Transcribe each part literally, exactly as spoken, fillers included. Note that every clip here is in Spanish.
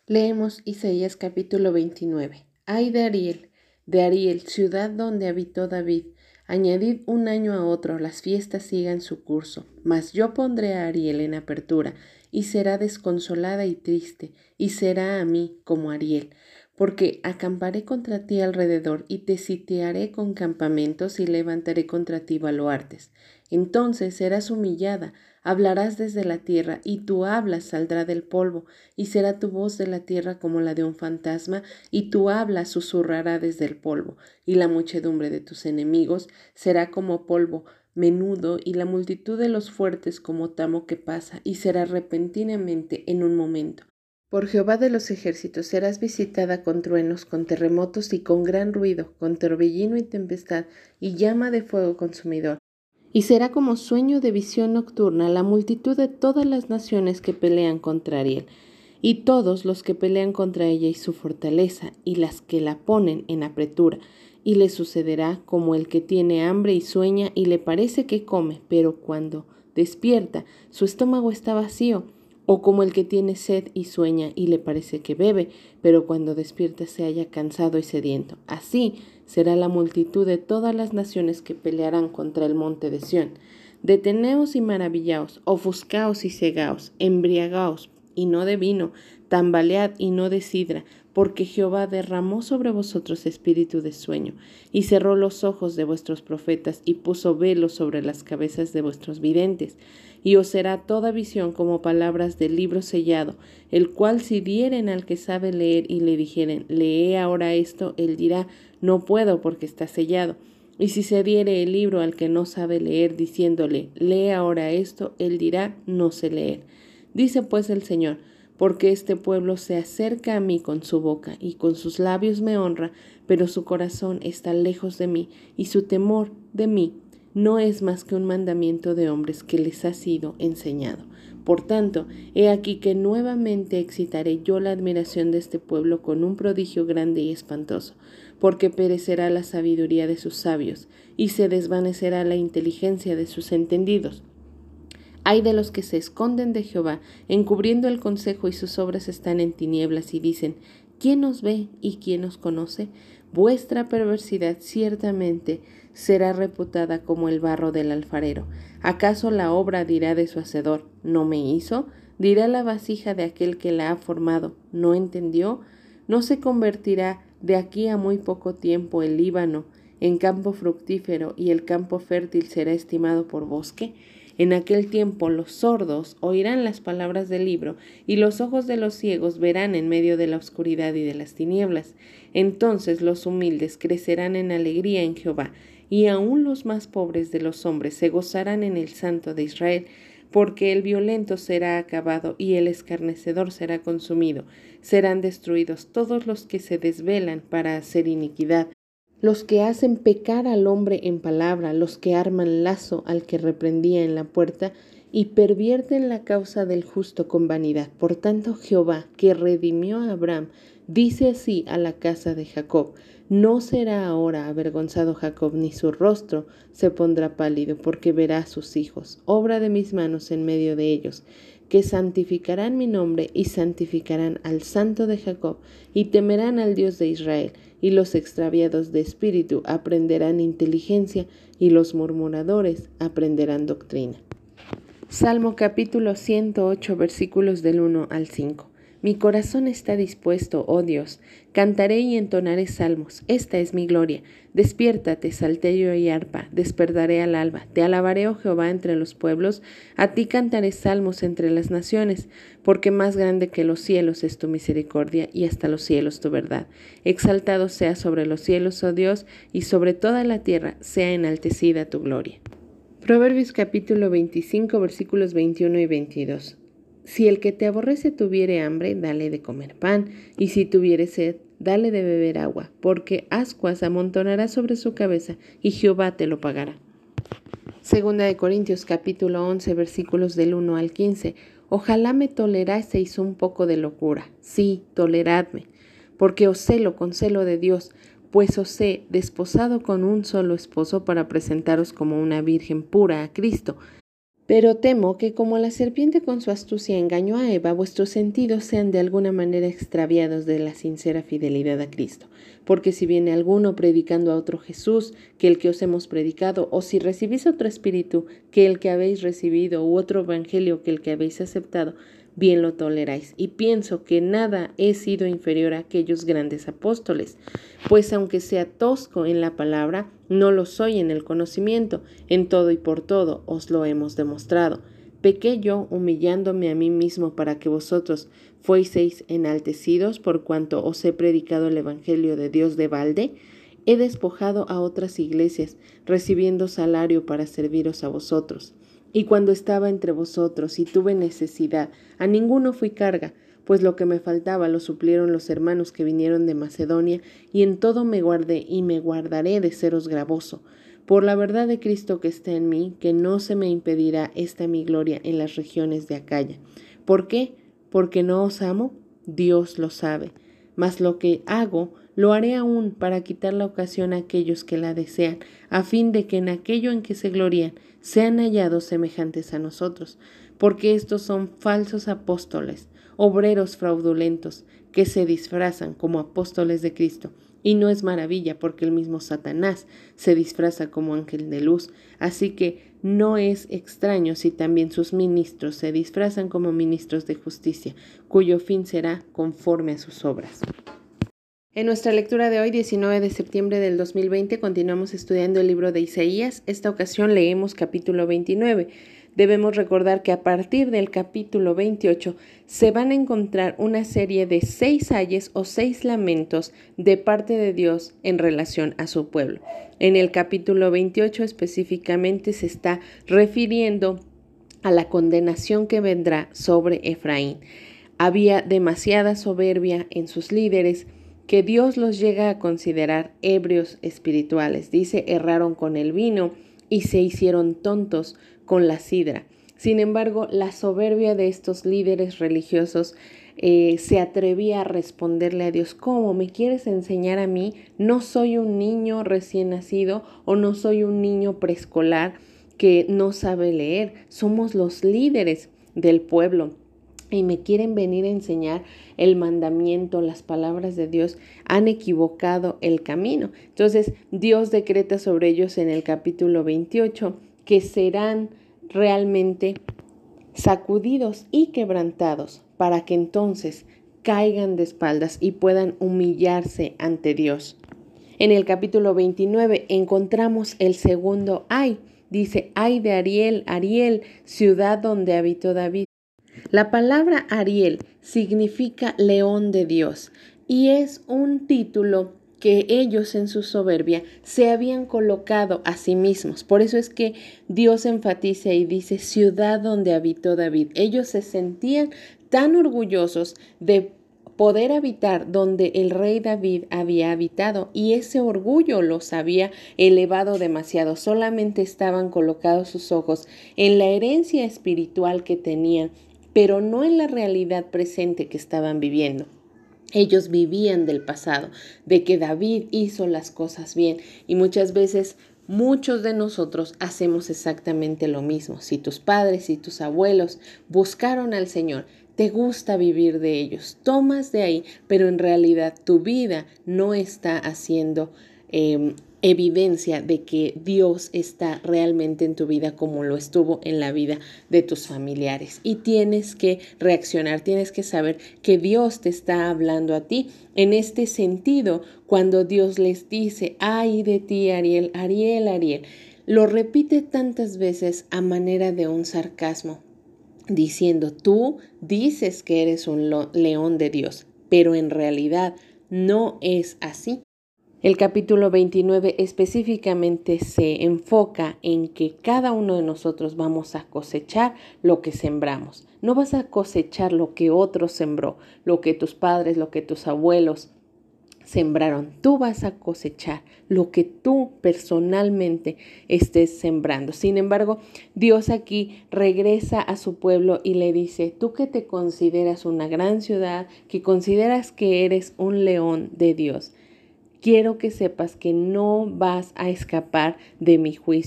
Leemos Isaías capítulo veintinueve. Ay de Ariel, de Ariel, ciudad donde habitó David, añadid un año a otro, las fiestas sigan su curso. Mas yo pondré a Ariel en apertura, y será desconsolada y triste, y será a mí como Ariel. Porque acamparé contra ti alrededor, y te sitiaré con campamentos, y levantaré contra ti baluartes. Entonces serás humillada, hablarás desde la tierra, y tu habla saldrá del polvo, y será tu voz de la tierra como la de un fantasma, y tu habla susurrará desde el polvo, y la muchedumbre de tus enemigos será como polvo menudo, y la multitud de los fuertes como tamo que pasa, y será repentinamente en un momento. Por Jehová de los ejércitos serás visitada con truenos, con terremotos y con gran ruido, con torbellino y tempestad, y llama de fuego consumidor. Y será como sueño de visión nocturna la multitud de todas las naciones que pelean contra Ariel, y todos los que pelean contra ella y su fortaleza, y las que la ponen en apretura. Y le sucederá como el que tiene hambre y sueña y le parece que come, pero cuando despierta, su estómago está vacío. O como el que tiene sed y sueña y le parece que bebe, pero cuando despierta se halla cansado y sediento. Así será la multitud de todas las naciones que pelearán contra el monte de Sión. Deteneos y maravillaos, ofuscaos y cegaos, embriagaos y no de vino, tambalead y no de sidra, porque Jehová derramó sobre vosotros espíritu de sueño, y cerró los ojos de vuestros profetas, y puso velos sobre las cabezas de vuestros videntes. Y os será toda visión como palabras del libro sellado, el cual si dieren al que sabe leer y le dijeren, lee ahora esto, él dirá, no puedo porque está sellado. Y si se diere el libro al que no sabe leer, diciéndole, lee ahora esto, él dirá, no sé leer. Dice pues el Señor, porque este pueblo se acerca a mí con su boca y con sus labios me honra, pero su corazón está lejos de mí y su temor de mí no es más que un mandamiento de hombres que les ha sido enseñado. Por tanto, he aquí que nuevamente excitaré yo la admiración de este pueblo con un prodigio grande y espantoso, porque perecerá la sabiduría de sus sabios y se desvanecerá la inteligencia de sus entendidos. Ay de los que se esconden de Jehová, encubriendo el consejo y sus obras están en tinieblas y dicen, ¿quién os ve y quién os conoce? Vuestra perversidad ciertamente será reputada como el barro del alfarero. ¿Acaso la obra dirá de su hacedor, no me hizo? ¿Dirá la vasija de aquel que la ha formado, no entendió? ¿No se convertirá de aquí a muy poco tiempo el Líbano en campo fructífero y el campo fértil será estimado por bosque? En aquel tiempo los sordos oirán las palabras del libro, y los ojos de los ciegos verán en medio de la oscuridad y de las tinieblas. Entonces los humildes crecerán en alegría en Jehová, y aun los más pobres de los hombres se gozarán en el Santo de Israel, porque el violento será acabado y el escarnecedor será consumido. Serán destruidos todos los que se desvelan para hacer iniquidad, los que hacen pecar al hombre en palabra, los que arman lazo al que reprendía en la puerta, y pervierten la causa del justo con vanidad. Por tanto, Jehová, que redimió a Abraham, dice así a la casa de Jacob, no será ahora avergonzado Jacob, ni su rostro se pondrá pálido, porque verá a sus hijos, obra de mis manos en medio de ellos, que santificarán mi nombre y santificarán al Santo de Jacob, y temerán al Dios de Israel, y los extraviados de espíritu aprenderán inteligencia, y los murmuradores aprenderán doctrina. Salmo capítulo ciento ocho, versículos del uno al cinco. Mi corazón está dispuesto, oh Dios, cantaré y entonaré salmos, esta es mi gloria. Despiértate, salterio y arpa, despertaré al alba. Te alabaré, oh Jehová, entre los pueblos, a ti cantaré salmos entre las naciones, porque más grande que los cielos es tu misericordia, y hasta los cielos tu verdad. Exaltado sea sobre los cielos, oh Dios, y sobre toda la tierra sea enaltecida tu gloria. Proverbios capítulo veinticinco, versículos veintiuno y veintidós. Si el que te aborrece tuviere hambre, dale de comer pan, y si tuviere sed, dale de beber agua, porque ascuas amontonará sobre su cabeza, y Jehová te lo pagará. Segunda de Corintios capítulo once, versículos del uno al quince. Ojalá me toleraseis un poco de locura, sí, toleradme, porque os celo con celo de Dios, pues os he desposado con un solo esposo para presentaros como una virgen pura a Cristo. Pero temo que como la serpiente con su astucia engañó a Eva, vuestros sentidos sean de alguna manera extraviados de la sincera fidelidad a Cristo. Porque si viene alguno predicando a otro Jesús que el que os hemos predicado, o si recibís otro espíritu que el que habéis recibido, u otro evangelio que el que habéis aceptado, bien lo toleráis. Y pienso que nada he sido inferior a aquellos grandes apóstoles, pues aunque sea tosco en la palabra, no lo soy en el conocimiento. En todo y por todo os lo hemos demostrado. ¿Pequé yo humillándome a mí mismo para que vosotros fueseis enaltecidos por cuanto os he predicado el evangelio de Dios de balde? He despojado a otras iglesias, recibiendo salario para serviros a vosotros. Y cuando estaba entre vosotros y tuve necesidad, a ninguno fui carga, pues lo que me faltaba lo suplieron los hermanos que vinieron de Macedonia, y en todo me guardé y me guardaré de seros gravoso, por la verdad de Cristo que está en mí, que no se me impedirá esta mi gloria en las regiones de Acaya. ¿Por qué? ¿Porque no os amo? Dios lo sabe. Mas lo que hago, lo haré aún para quitar la ocasión a aquellos que la desean, a fin de que en aquello en que se glorían sean hallados semejantes a nosotros, porque estos son falsos apóstoles, obreros fraudulentos, que se disfrazan como apóstoles de Cristo. Y no es maravilla, porque el mismo Satanás se disfraza como ángel de luz. Así que no es extraño si también sus ministros se disfrazan como ministros de justicia, cuyo fin será conforme a sus obras. En nuestra lectura de hoy, diecinueve de septiembre del dos mil veinte, continuamos estudiando el libro de Isaías. Esta ocasión leemos capítulo veintinueve. Debemos recordar que a partir del capítulo veintiocho se van a encontrar una serie de seis ayes o seis lamentos de parte de Dios en relación a su pueblo. En el capítulo veintiocho específicamente se está refiriendo a la condenación que vendrá sobre Efraín. Había demasiada soberbia en sus líderes, que Dios los llega a considerar ebrios espirituales. Dice, erraron con el vino y se hicieron tontos con la sidra. Sin embargo, la soberbia de estos líderes religiosos eh, se atrevía a responderle a Dios, ¿cómo me quieres enseñar a mí? No soy un niño recién nacido o no soy un niño preescolar que no sabe leer. Somos los líderes del pueblo. Y me quieren venir a enseñar el mandamiento, las palabras de Dios, han equivocado el camino. Entonces, Dios decreta sobre ellos en el capítulo veintiocho que serán realmente sacudidos y quebrantados para que entonces caigan de espaldas y puedan humillarse ante Dios. En el capítulo veintinueve encontramos el segundo ay. Dice, ay de Ariel, Ariel, ciudad donde habitó David. La palabra Ariel significa león de Dios y es un título que ellos en su soberbia se habían colocado a sí mismos. Por eso es que Dios enfatiza y dice ciudad donde habitó David. Ellos se sentían tan orgullosos de poder habitar donde el rey David había habitado y ese orgullo los había elevado demasiado. Solamente estaban colocados sus ojos en la herencia espiritual que tenían, pero no en la realidad presente que estaban viviendo. Ellos vivían del pasado, de que David hizo las cosas bien y muchas veces muchos de nosotros hacemos exactamente lo mismo. Si tus padres y tus abuelos buscaron al Señor, te gusta vivir de ellos, tomas de ahí, pero en realidad tu vida no está haciendo eh, evidencia de que Dios está realmente en tu vida como lo estuvo en la vida de tus familiares. Y tienes que reaccionar, tienes que saber que Dios te está hablando a ti. En este sentido, cuando Dios les dice, ay de ti, Ariel, Ariel, Ariel, lo repite tantas veces a manera de un sarcasmo, diciendo, tú dices que eres un león de Dios, pero en realidad no es así. El capítulo veintinueve específicamente se enfoca en que cada uno de nosotros vamos a cosechar lo que sembramos. No vas a cosechar lo que otro sembró, lo que tus padres, lo que tus abuelos sembraron. Tú vas a cosechar lo que tú personalmente estés sembrando. Sin embargo, Dios aquí regresa a su pueblo y le dice, tú que te consideras una gran ciudad, que consideras que eres un león de Dios, quiero que sepas que no vas a escapar de mi juicio,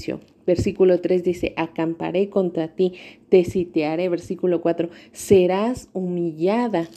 Versículo tres dice, acamparé contra ti, te sitiaré. Versículo cuatro, serás humillada.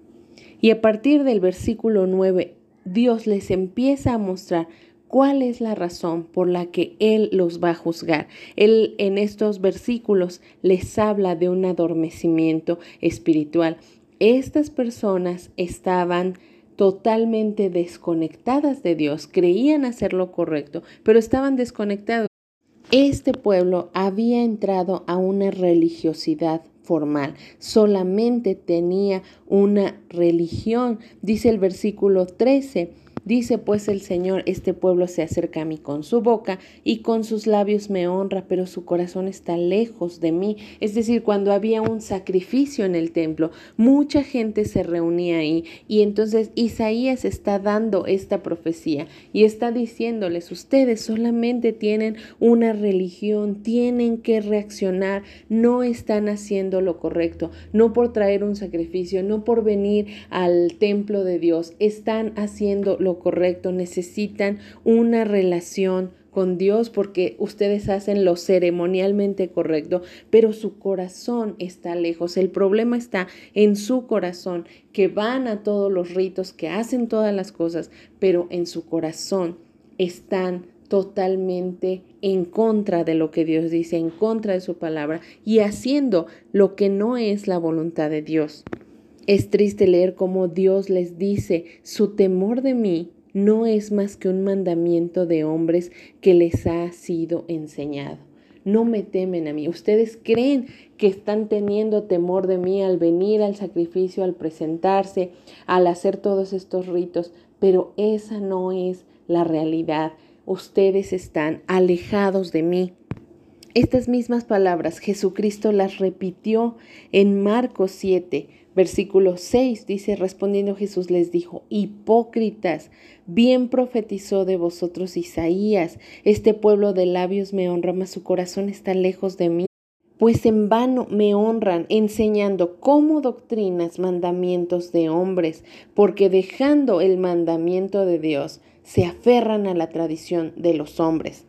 Y a partir del versículo nueve, Dios les empieza a mostrar cuál es la razón por la que Él los va a juzgar. Él en estos versículos les habla de un adormecimiento espiritual. Estas personas estaban totalmente desconectadas de Dios, creían hacer lo correcto, pero estaban desconectados. Este pueblo había entrado a una religiosidad formal, solamente tenía una religión. Dice el versículo trece, dice pues el Señor, este pueblo se acerca a mí con su boca y con sus labios me honra, pero su corazón está lejos de mí. Es decir, cuando había un sacrificio en el templo, mucha gente se reunía ahí y entonces Isaías está dando esta profecía y está diciéndoles, ustedes solamente tienen una religión, tienen que reaccionar, no están haciendo lo correcto, no por traer un sacrificio, no por venir al templo de Dios, están haciendo lo correcto, necesitan una relación con Dios porque ustedes hacen lo ceremonialmente correcto, pero su corazón está lejos. El problema está en su corazón, que van a todos los ritos, que hacen todas las cosas, pero en su corazón están totalmente en contra de lo que Dios dice, en contra de su palabra y haciendo lo que no es la voluntad de Dios. Es triste leer cómo Dios les dice, su temor de mí no es más que un mandamiento de hombres que les ha sido enseñado. No me temen a mí. Ustedes creen que están teniendo temor de mí al venir al sacrificio, al presentarse, al hacer todos estos ritos, pero esa no es la realidad. Ustedes están alejados de mí. Estas mismas palabras Jesucristo las repitió en Marcos siete, versículo seis. Dice, respondiendo Jesús les dijo, hipócritas, bien profetizó de vosotros Isaías, este pueblo de labios me honra, mas su corazón está lejos de mí. Pues en vano me honran, enseñando como doctrinas mandamientos de hombres, porque dejando el mandamiento de Dios, se aferran a la tradición de los hombres.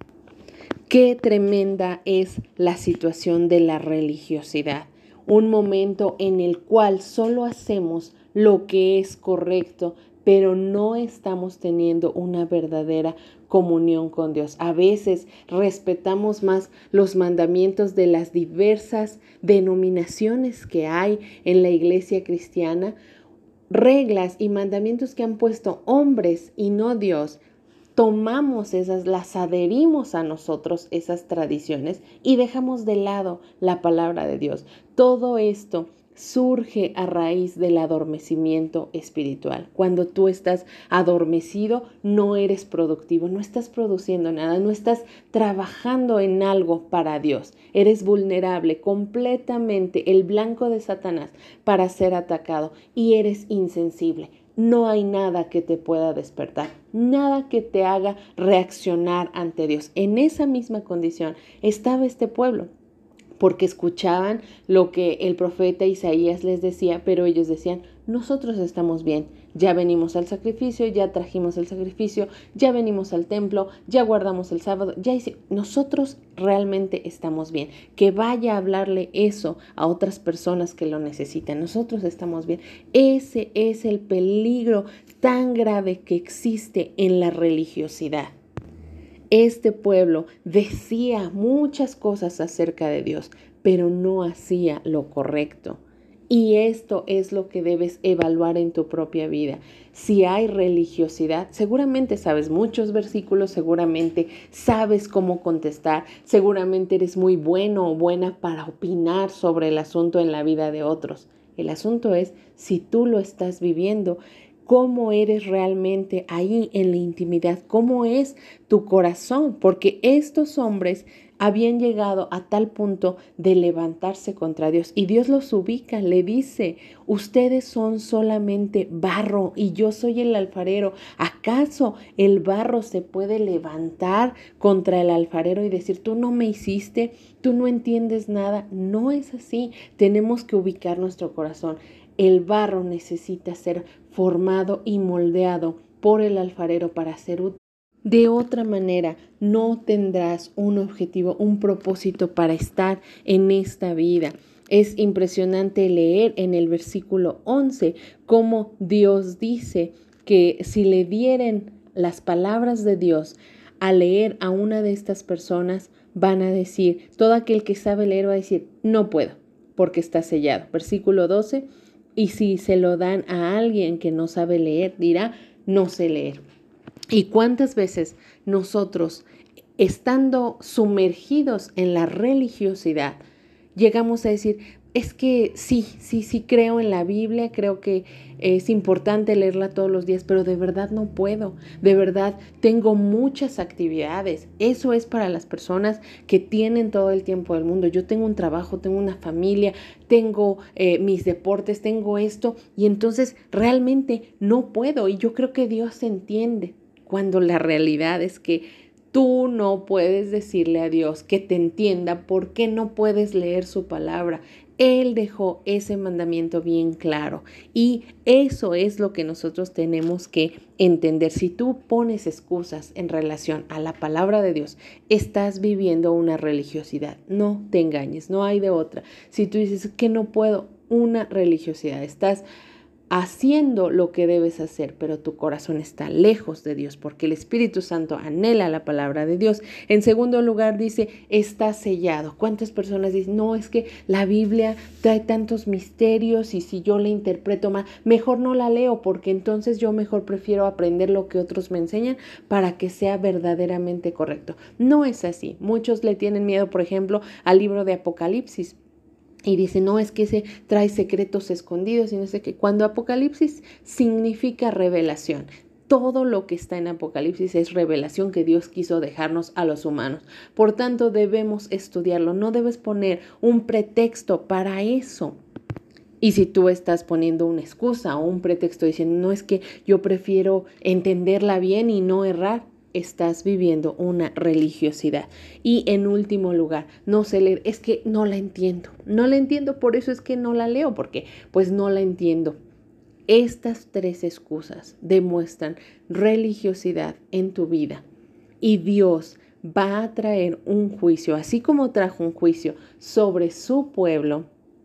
Qué tremenda es la situación de la religiosidad. Un momento en el cual solo hacemos lo que es correcto, pero no estamos teniendo una verdadera comunión con Dios. A veces respetamos más los mandamientos de las diversas denominaciones que hay en la iglesia cristiana, reglas y mandamientos que han puesto hombres y no Dios. Tomamos esas, las adherimos a nosotros, esas tradiciones, y dejamos de lado la palabra de Dios. Todo esto surge a raíz del adormecimiento espiritual. Cuando tú estás adormecido, no eres productivo, no estás produciendo nada, no estás trabajando en algo para Dios. Eres vulnerable, completamente el blanco de Satanás para ser atacado y eres insensible. No hay nada que te pueda despertar, nada que te haga reaccionar ante Dios. En esa misma condición estaba este pueblo, porque escuchaban lo que el profeta Isaías les decía, pero ellos decían, nosotros estamos bien, ya venimos al sacrificio, ya trajimos el sacrificio, ya venimos al templo, ya guardamos el sábado, ya hice, nosotros realmente estamos bien. Que vaya a hablarle eso a otras personas que lo necesitan, nosotros estamos bien. Ese es el peligro tan grave que existe en la religiosidad. Este pueblo decía muchas cosas acerca de Dios, pero no hacía lo correcto. Y esto es lo que debes evaluar en tu propia vida. Si hay religiosidad, seguramente sabes muchos versículos, seguramente sabes cómo contestar, seguramente eres muy bueno o buena para opinar sobre el asunto en la vida de otros. El asunto es si tú lo estás viviendo, cómo eres realmente ahí en la intimidad, cómo es tu corazón, porque estos hombres habían llegado a tal punto de levantarse contra Dios y Dios los ubica, le dice, ustedes son solamente barro y yo soy el alfarero. ¿Acaso el barro se puede levantar contra el alfarero y decir, tú no me hiciste, tú no entiendes nada? No es así, tenemos que ubicar nuestro corazón. El barro necesita ser formado y moldeado por el alfarero para ser útil. De otra manera, no tendrás un objetivo, un propósito para estar en esta vida. Es impresionante leer en el versículo once cómo Dios dice que si le dieren las palabras de Dios a leer a una de estas personas, van a decir, todo aquel que sabe leer va a decir, no puedo, porque está sellado. Versículo doce, y si se lo dan a alguien que no sabe leer, dirá, no sé leer. ¿Y cuántas veces nosotros, estando sumergidos en la religiosidad, llegamos a decir, es que sí, sí, sí creo en la Biblia, creo que es importante leerla todos los días, pero de verdad no puedo, de verdad tengo muchas actividades. Eso es para las personas que tienen todo el tiempo del mundo. Yo tengo un trabajo, tengo una familia, tengo eh, mis deportes, tengo esto, y entonces realmente no puedo. Y yo creo que Dios entiende cuando la realidad es que tú no puedes decirle a Dios que te entienda porque no puedes leer su palabra. Él dejó ese mandamiento bien claro y eso es lo que nosotros tenemos que entender. Si tú pones excusas en relación a la palabra de Dios, estás viviendo una religiosidad. No te engañes, no hay de otra. Si tú dices que no puedo, una religiosidad, estás haciendo lo que debes hacer, pero tu corazón está lejos de Dios porque el Espíritu Santo anhela la palabra de Dios. En segundo lugar dice, está sellado. ¿Cuántas personas dicen, no, es que la Biblia trae tantos misterios y si yo la interpreto mal, mejor no la leo porque entonces yo mejor prefiero aprender lo que otros me enseñan para que sea verdaderamente correcto? No es así. Muchos le tienen miedo, por ejemplo, al libro de Apocalipsis. Y dice, no, es que ese trae secretos escondidos y no sé qué. Cuando Apocalipsis significa revelación, todo lo que está en Apocalipsis es revelación que Dios quiso dejarnos a los humanos. Por tanto, debemos estudiarlo. No debes poner un pretexto para eso. Y si tú estás poniendo una excusa o un pretexto diciendo, no, es que yo prefiero entenderla bien y no errar, estás viviendo una religiosidad. Y en último lugar, no sé leer, es que no la entiendo. No la entiendo, por eso es que no la leo, porque pues no la entiendo. Estas tres excusas demuestran religiosidad en tu vida. Y Dios va a traer un juicio, así como trajo un juicio sobre su pueblo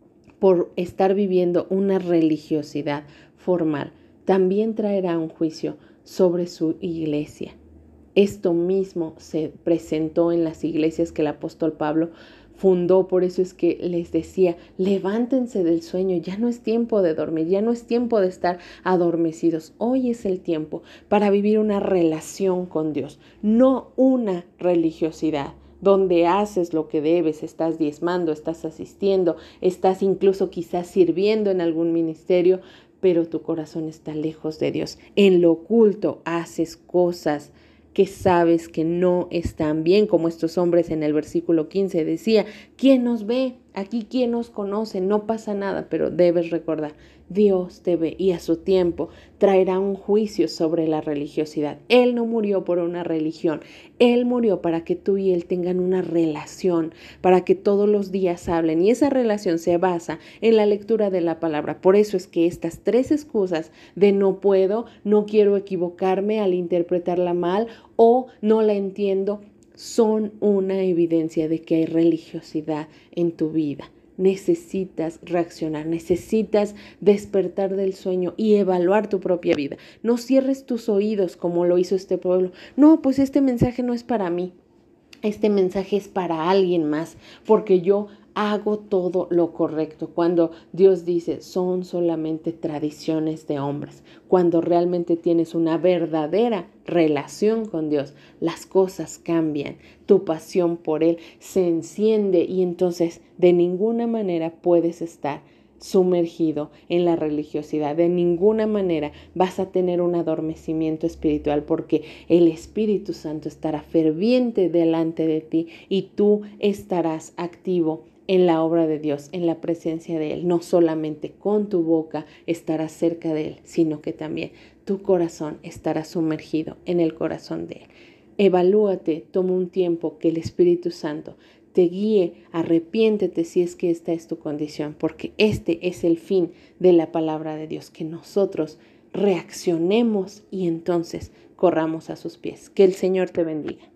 por estar viviendo una religiosidad formal. También traerá un juicio sobre su iglesia. Esto mismo se presentó en las iglesias que el apóstol Pablo fundó, por eso es que les decía, levántense del sueño, ya no es tiempo de dormir, ya no es tiempo de estar adormecidos, hoy es el tiempo para vivir una relación con Dios, no una religiosidad donde haces lo que debes, estás diezmando, estás asistiendo, estás incluso quizás sirviendo en algún ministerio, pero tu corazón está lejos de Dios. En lo oculto haces cosas que sabes que no están bien, como estos hombres en el versículo quince decía, ¿quién nos ve? Aquí, ¿quién nos conoce? No pasa nada, pero debes recordar, Dios te ve y a su tiempo traerá un juicio sobre la religiosidad. Él no murió por una religión, Él murió para que tú y Él tengan una relación, para que todos los días hablen y esa relación se basa en la lectura de la palabra. Por eso es que estas tres excusas de no puedo, no quiero equivocarme al interpretarla mal o no la entiendo, son una evidencia de que hay religiosidad en tu vida. Necesitas reaccionar, necesitas despertar del sueño y evaluar tu propia vida. No cierres tus oídos como lo hizo este pueblo. No, pues este mensaje no es para mí. Este mensaje es para alguien más, porque yo hago todo lo correcto. Cuando Dios dice, son solamente tradiciones de hombres. Cuando realmente tienes una verdadera relación con Dios, las cosas cambian. Tu pasión por Él se enciende y entonces de ninguna manera puedes estar sumergido en la religiosidad. De ninguna manera vas a tener un adormecimiento espiritual porque el Espíritu Santo estará ferviente delante de ti y tú estarás activo en la obra de Dios, en la presencia de Él. No solamente con tu boca estarás cerca de Él, sino que también tu corazón estará sumergido en el corazón de Él. Evalúate, toma un tiempo que el Espíritu Santo te guíe, arrepiéntete si es que esta es tu condición, porque este es el fin de la palabra de Dios, que nosotros reaccionemos y entonces corramos a sus pies. Que el Señor te bendiga.